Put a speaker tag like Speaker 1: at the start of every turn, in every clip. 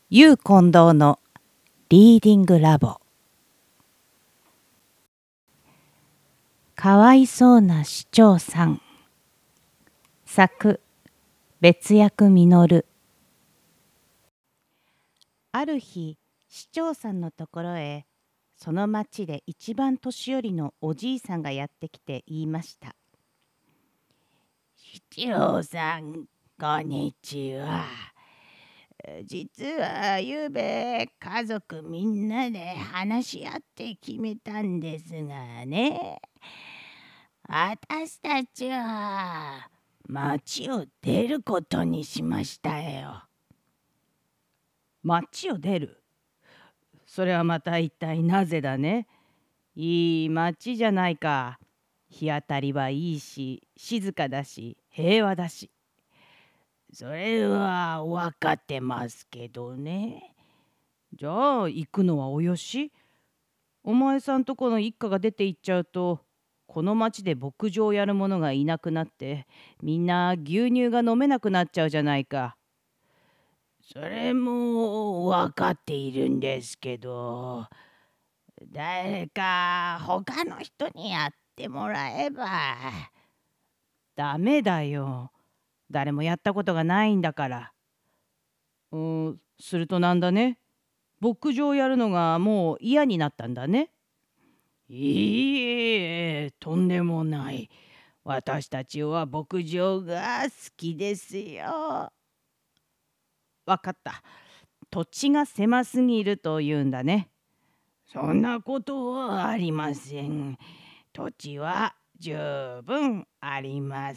Speaker 1: ゆう近藤のリーディングラボ。かわいそうな市長さん。作別役実。ある日、市長さんのところへその町で一番年寄りのおじいさんがやってきて言いました。
Speaker 2: 市長さん、こんにちは。実はゆうべ家族みんなで話し合って決めたんですがね、私たちは町を出ることにしましたよ。
Speaker 1: 町を出る。それはまた一体なぜだね。いい町じゃないか。日当たりはいいし、静かだし、平和だし。
Speaker 2: それは分かってますけどね。
Speaker 1: じゃあ行くのはおよし。お前さんとこの一家が出て行っちゃうと、この町で牧場をやる者がいなくなって、みんな牛乳が飲めなくなっちゃうじゃないか。
Speaker 2: それも分かっているんですけど、誰か他の人にやってもらえば。
Speaker 1: ダメだよ。誰もやったことがないんだから。するとなんだね。牧場をやるのがもう嫌になったんだね。
Speaker 2: いいえ、とんでもない。私たちは牧場が好きですよ。
Speaker 1: わかった。土地が狭すぎるというんだね。
Speaker 2: そんなことはありません。土地は十分あります。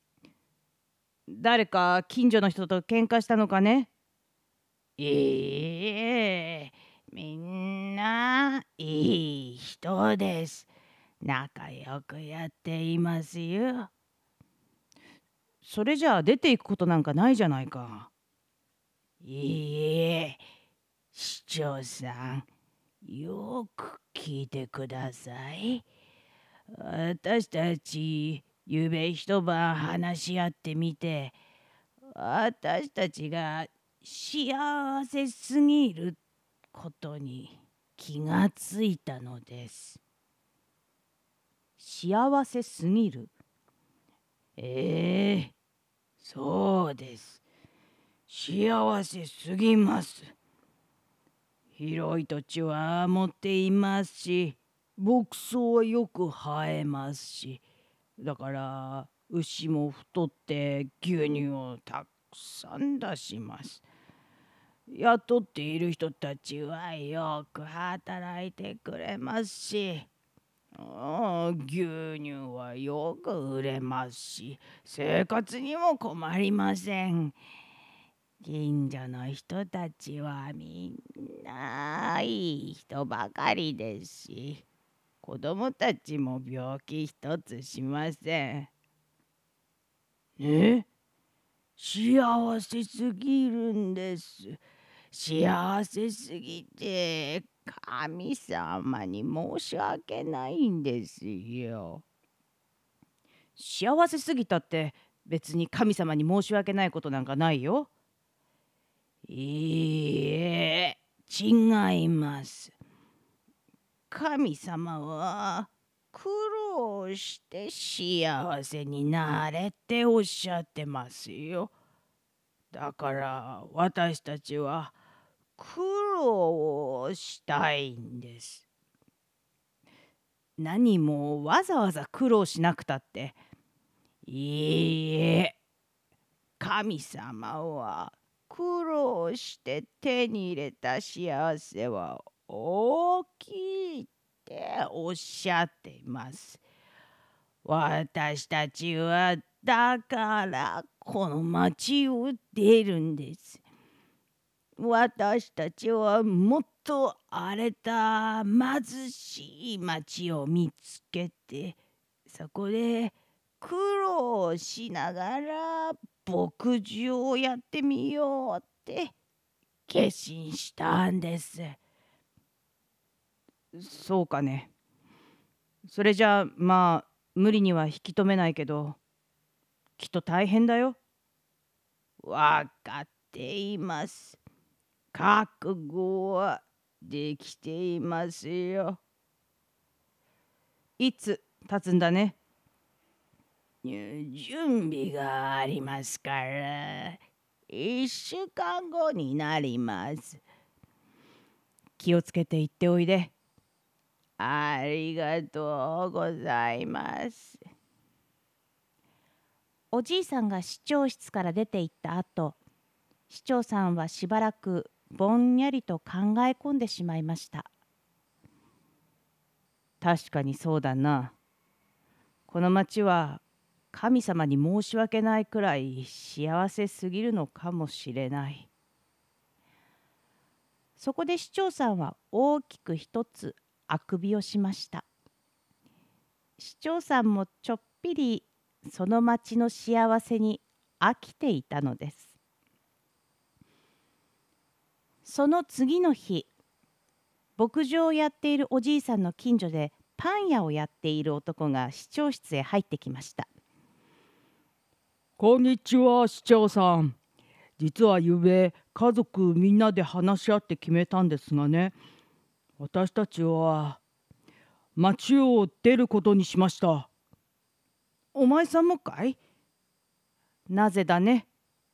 Speaker 1: 誰か近所の人と喧嘩したのかね。
Speaker 2: いいえ、みんないい人です。仲良くやっていますよ。
Speaker 1: それじゃあ出ていくことなんかないじゃないか。
Speaker 2: いいえ、市長さん、よく聞いてください。私たち、ゆうべ一晩話し合ってみて、私たちが幸せすぎることに気がついたのです。
Speaker 1: 幸せすぎる。
Speaker 2: ええ、そうです。幸せすぎます。広い土地は持っていますし、牧草はよく生えますし、だから牛も太って牛乳をたくさん出します。雇っている人たちはよく働いてくれますし、牛乳はよく売れますし、生活にも困りません。近所の人たちはみんないい人ばかりですし、子供たちも病気一つしません。ね、幸せすぎるんです。幸せすぎて神様に申し訳ないんですよ。
Speaker 1: 幸せすぎたって別に神様に申し訳ないことなんかないよ。
Speaker 2: いいえ、違います。神様は苦労して幸せになれっておっしゃってますよ。だから私たちは苦労をしたいんです。
Speaker 1: 何もわざわざ苦労しなくたって。
Speaker 2: いいえ、神様は苦労して手に入れた幸せは大きいっておっしゃっています。私たちはだからこの町を出るんです。私たちはもっと荒れた貧しい町を見つけて、そこで苦労しながら牧場をやってみようって決心したんです。
Speaker 1: そうかね。それじゃあまあ無理には引き止めないけど、きっと大変だよ。
Speaker 2: わかっています。 覚悟はできていますよ。
Speaker 1: いつ経つんだね。
Speaker 2: 準備がありますから、1週間後になります。
Speaker 1: 気をつけて行っておいで。
Speaker 2: ありがとうございます。
Speaker 3: おじいさんが市長室から出て行った後、市長さんはしばらくぼんやりと考え込んでしまいました。
Speaker 1: 確かにそうだな。この町は神様に申し訳ないくらい幸せすぎるのかもしれない。
Speaker 3: そこで市長さんは大きく一つあくびをしました。市長さんもちょっぴりその町の幸せに飽きていたのです。その次の日、牧場をやっているおじいさんの近所でパン屋をやっている男が市長室へ入ってきました。
Speaker 4: こんにちは、市長さん。実はゆうべ家族みんなで話し合って決めたんですがね、私たちは町を出ることにしました。
Speaker 1: お前さんもかい？なぜだね。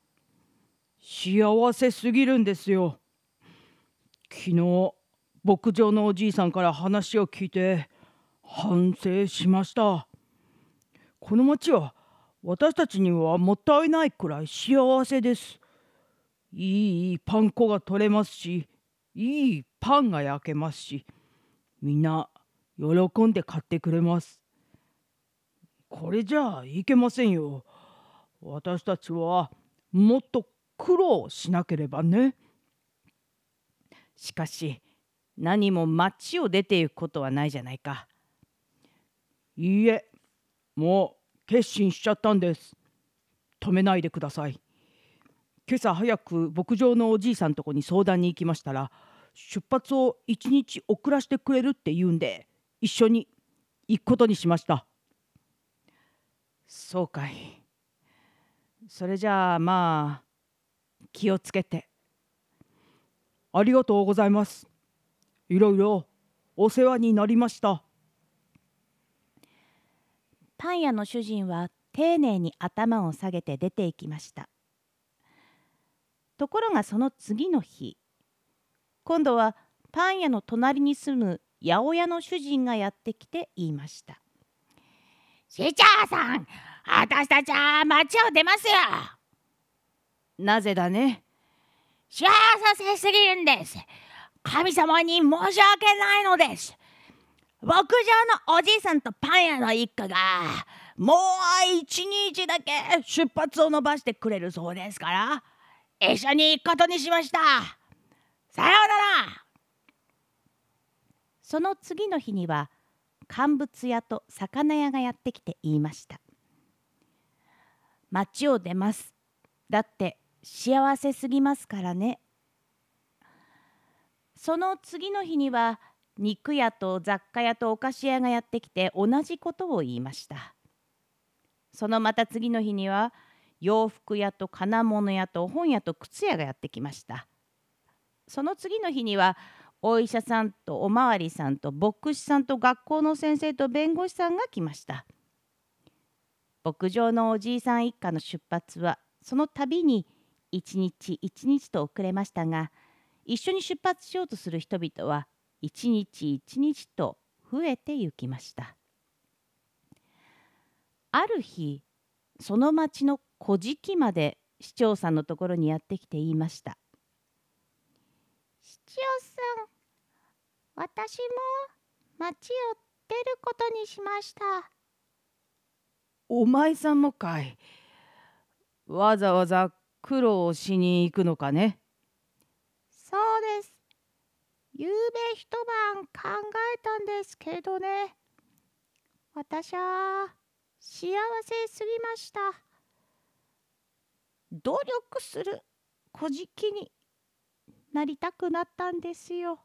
Speaker 4: 幸せすぎるんですよ。昨日牧場のおじいさんから話を聞いて反省しました。この町は私たちにはもったいないくらい幸せです。いいパン粉が取れますし、いいパンが焼けますし、みんな喜んで買ってくれます。これじゃあいけませんよ。私たちはもっと苦労しなければね。
Speaker 1: しかし何も町を出ていくことはないじゃないか。
Speaker 4: いいえ、もう決心しちゃったんです。止めないでください。今朝早く牧場のおじいさんとこに相談に行きましたら、出発を1日遅らせてくれるって言うんで、一緒に行くことにしました。
Speaker 1: そうかい。それじゃあまあ気をつけて。
Speaker 4: ありがとうございます。いろいろお世話になりました。
Speaker 3: パン屋の主人は丁寧に頭を下げて出て行きました。ところがその次の日、今度はパン屋の隣に住む八百屋の主人がやってきて言いました。
Speaker 2: 市長さん、私たちは町を出ますよ。
Speaker 1: なぜだね。
Speaker 2: 幸せすぎるんです。神様に申し訳ないのです。牧場のおじいさんとパン屋の一家がもう一日だけ出発を延ばしてくれるそうですから、一緒に行くことにしました。さようなら。
Speaker 3: その次の日には乾物屋と魚屋がやってきて言いました。町を出ます。だって幸せすぎますからね。その次の日には肉屋と雑貨屋とお菓子屋がやってきて同じことを言いました。そのまた次の日には洋服屋と金物屋と本屋と靴屋がやってきました。その次の日にはお医者さんとおまわりさんと牧師さんと学校の先生と弁護士さんが来ました。牧場のおじいさん一家の出発はその度に一日一日と遅れましたが、一緒に出発しようとする人々は一日一日と増えてゆきました。ある日、その町の小敷まで市長さんのところにやってきて言いました。
Speaker 5: 市長さん、私も町を出ることにしました。
Speaker 1: お前さんもかい。わざわざ苦労しに行くのかね。
Speaker 5: そうです。ゆうべ一晩考えたんですけどね。私は幸せすぎました。努力する小じになりたくなったんですよ。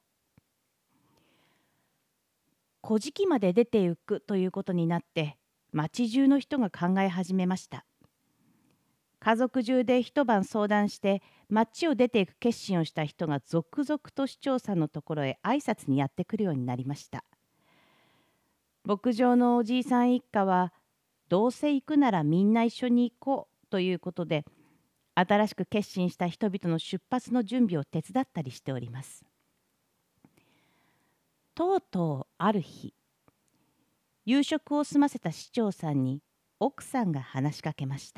Speaker 3: 小敷まで出て行くということになって町中の人が考え始めました。家族中で一晩相談して町を出ていく決心をした人が続々と市長さんのところへ挨拶にやってくるようになりました。牧場のおじいさん一家は、どうせ行くならみんな一緒に行こうということで、新しく決心した人々の出発の準備を手伝ったりしております。とうとうある日、夕食を済ませた市長さんに奥さんが話しかけました。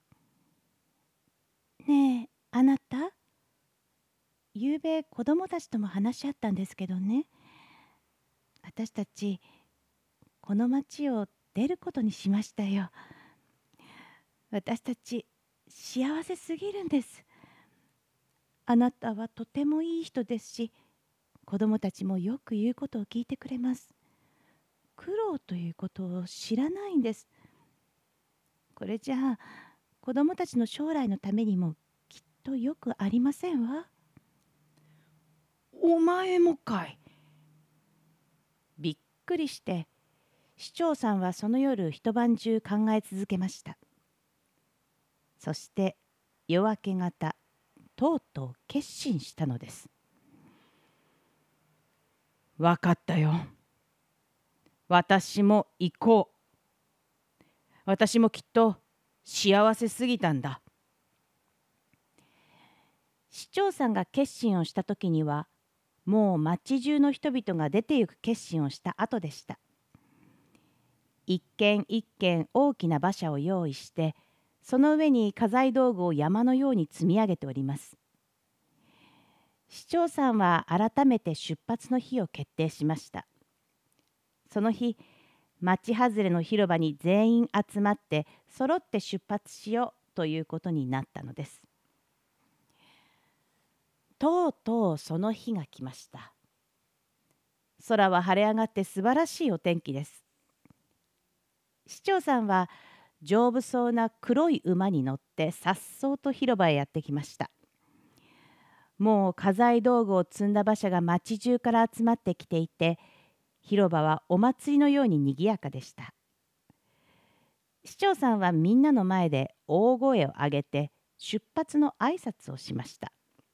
Speaker 3: ねえ、あなた、ゆうべ子供たちとも話し合ったんですけどね、私たちこの町を出ることにしましたよ。私たち幸せすぎるんです。あなたはとてもいい人ですし、子供たちもよく言うことを聞いてくれます。苦労ということを知らないんです。これじゃあ子供たちの将来のためにもきっとよくありませんわ。
Speaker 4: お前もかい。
Speaker 3: びっくりして市長さんはその夜一晩中考え続けました。そして夜明け方、とうとう決心したのです。
Speaker 1: わかったよ。私も行こう。私もきっと幸せすぎたんだ。
Speaker 3: 市長さんが決心をした時には、もう町中の人々が出て行く決心をした後でした。一軒一軒大きな馬車を用意して、その上に家財道具を山のように積み上げております。市長さんは改めて出発の日を決定しました。その日、町外れの広場に全員集まって揃って出発しようということになったのです。とうとうその日が来ました。空は晴れ上がって素晴らしいお天気です。市長さんは丈夫そうな黒い馬に乗ってさっそうと広場へやってきました。もう家財道具を積んだ馬車が町中から集まってきていて、広場はお祭りのようににぎやかでした。市長さんはみんなの前で大声を上げて出発の挨拶をしました。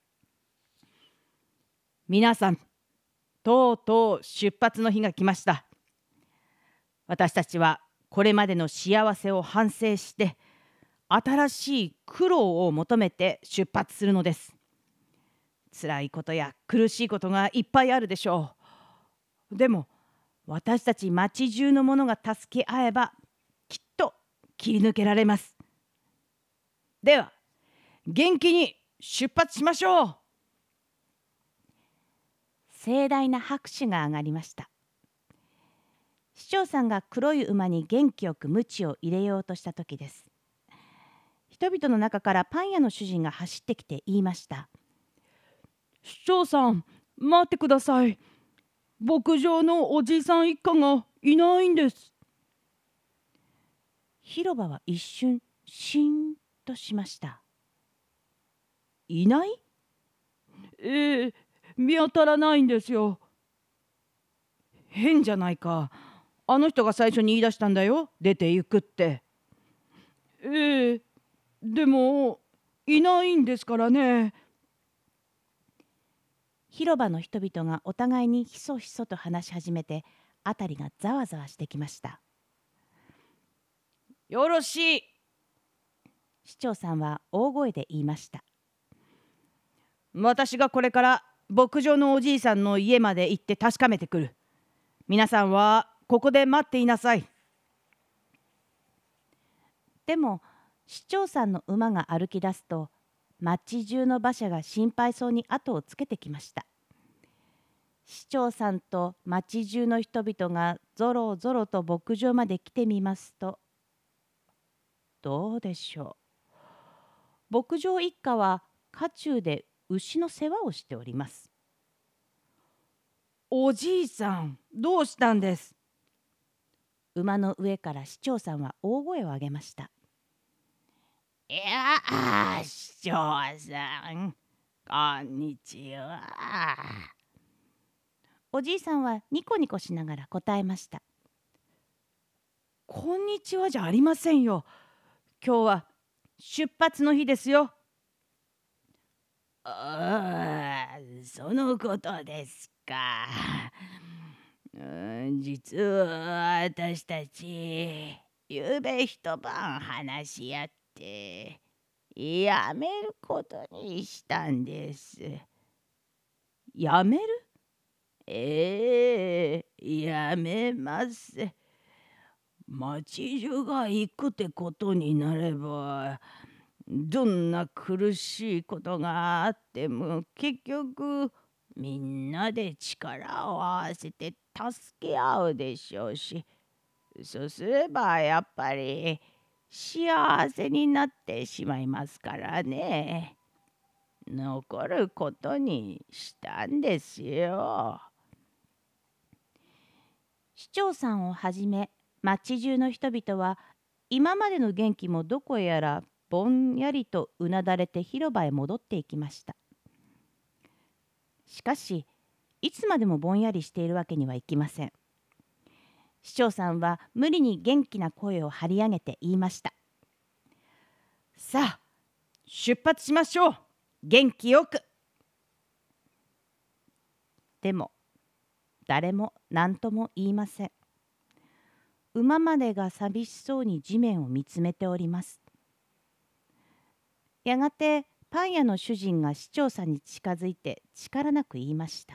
Speaker 1: 皆さん、とうとう出発の日が来ました。私たちはこれまでの幸せを反省して、新しい苦労を求めて出発するのです。辛いことや苦しいことがいっぱいあるでしょう。でも私たち町中の者が助け合えばきっと切り抜けられます。では元気に出発しましょう。
Speaker 3: 盛大な拍手が上がりました。市長さんが黒い馬に元気よく鞭を入れようとした時です。人々の中からパン屋の主人が走ってきて言いました。
Speaker 4: 市長さん、待ってください。牧場のおじいさん一家がいないんです。
Speaker 3: 広場は一瞬しんとしました。
Speaker 1: いない？
Speaker 4: 見当たらないんですよ。
Speaker 1: 変じゃないか。あの人が最初に言い出したんだよ、出て行くって。
Speaker 4: でもいないんですからね。
Speaker 3: 広場の人々がお互いにひそひそと話し始めて、辺りがざわざわしてきました。
Speaker 1: よろしい。
Speaker 3: 市長さんは大声で言いました。
Speaker 1: 私がこれから牧場のおじいさんの家まで行って確かめてくる。皆さんはここで待っていなさい。
Speaker 3: でも市長さんの馬が歩き出すと、町中の馬車が心配そうに後をつけてきました。市長さんと町中の人々がぞろぞろと牧場まで来てみますと、どうでしょう。牧場一家は家中で牛の世話をしております。
Speaker 1: おじいさん、どうしたんです？
Speaker 3: 馬の上から市長さんは大声を上げました。
Speaker 2: いや、市長さん、こんにちは。
Speaker 3: おじいさんはニコニコしながら答えました。
Speaker 1: こんにちはじゃありませんよ。今日は出発の日ですよ。
Speaker 2: そのことですか。実は私たちゆうべ一晩話し合ってやめることにしたんです。
Speaker 1: やめる？
Speaker 2: やめます。町中が行くってことになれば、どんな苦しいことがあっても結局みんなで力を合わせて助け合うでしょうし、そうすればやっぱり幸せになってしまいますからね。残ることにしたんですよ。
Speaker 3: 市長さんをはじめ町中の人々は今までの元気もどこへやらぼんやりとうなだれて広場へ戻っていきました。しかしいつまでもぼんやりしているわけにはいきません。市長さんは無理に元気な声を張り上げて言いました。
Speaker 1: さあ出発しましょう、元気よく。
Speaker 3: でも誰も何とも言いません。馬までが寂しそうに地面を見つめております。やがてパン屋の主人が市長さんに近づいて力なく言いました。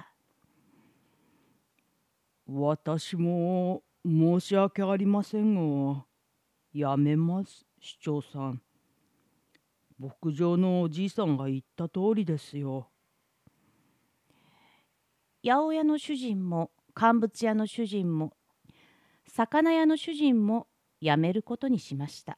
Speaker 4: 私も申し訳ありませんが、やめます、市長さん。牧場のおじいさんが言った通りですよ。
Speaker 3: 八百屋の主人も乾物屋の主人も魚屋の主人もやめることにしました。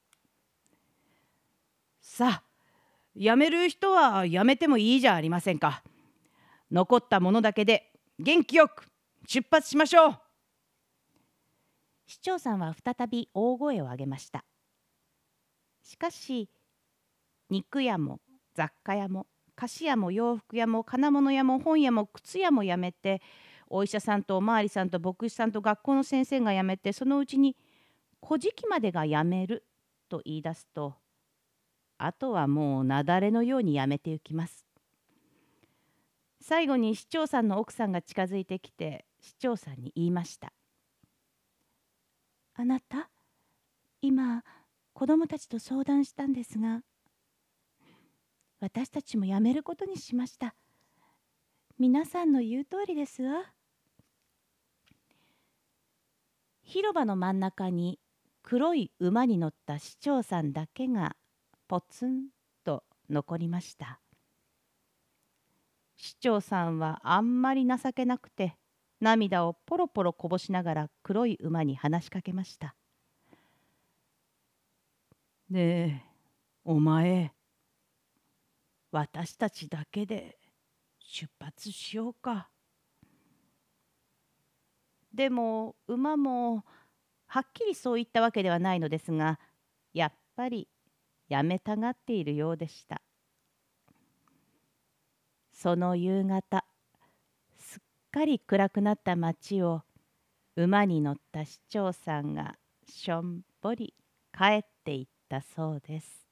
Speaker 1: さあやめる人はやめてもいいじゃありませんか。残ったものだけで元気よく出発しましょう。
Speaker 3: 市長さんは再び大声を上げました。しかし肉屋も雑貨屋も菓子屋も洋服屋も金物屋も本屋も靴屋もやめて、お医者さんとおまわりさんと牧師さんと学校の先生が辞めて、そのうちに古事記までが辞めると言い出すと、あとはもう雪崩のように辞めてゆきます。最後に市長さんの奥さんが近づいてきて市長さんに言いました。あなた、今子供たちと相談したんですが、私たちも辞めることにしました。皆さんの言う通りですわ。広場の真ん中に黒い馬に乗った市長さんだけがポツンと残りました。市長さんはあんまり情けなくて涙をポロポロこぼしながら黒い馬に話しかけました。
Speaker 1: ねえお前、私たちだけで出発しようか。
Speaker 3: でも馬もはっきりそう言ったわけではないのですが、やっぱりやめたがっているようでした。その夕方、すっかり暗くなった町を馬に乗った市長さんがしょんぼり帰っていったそうです。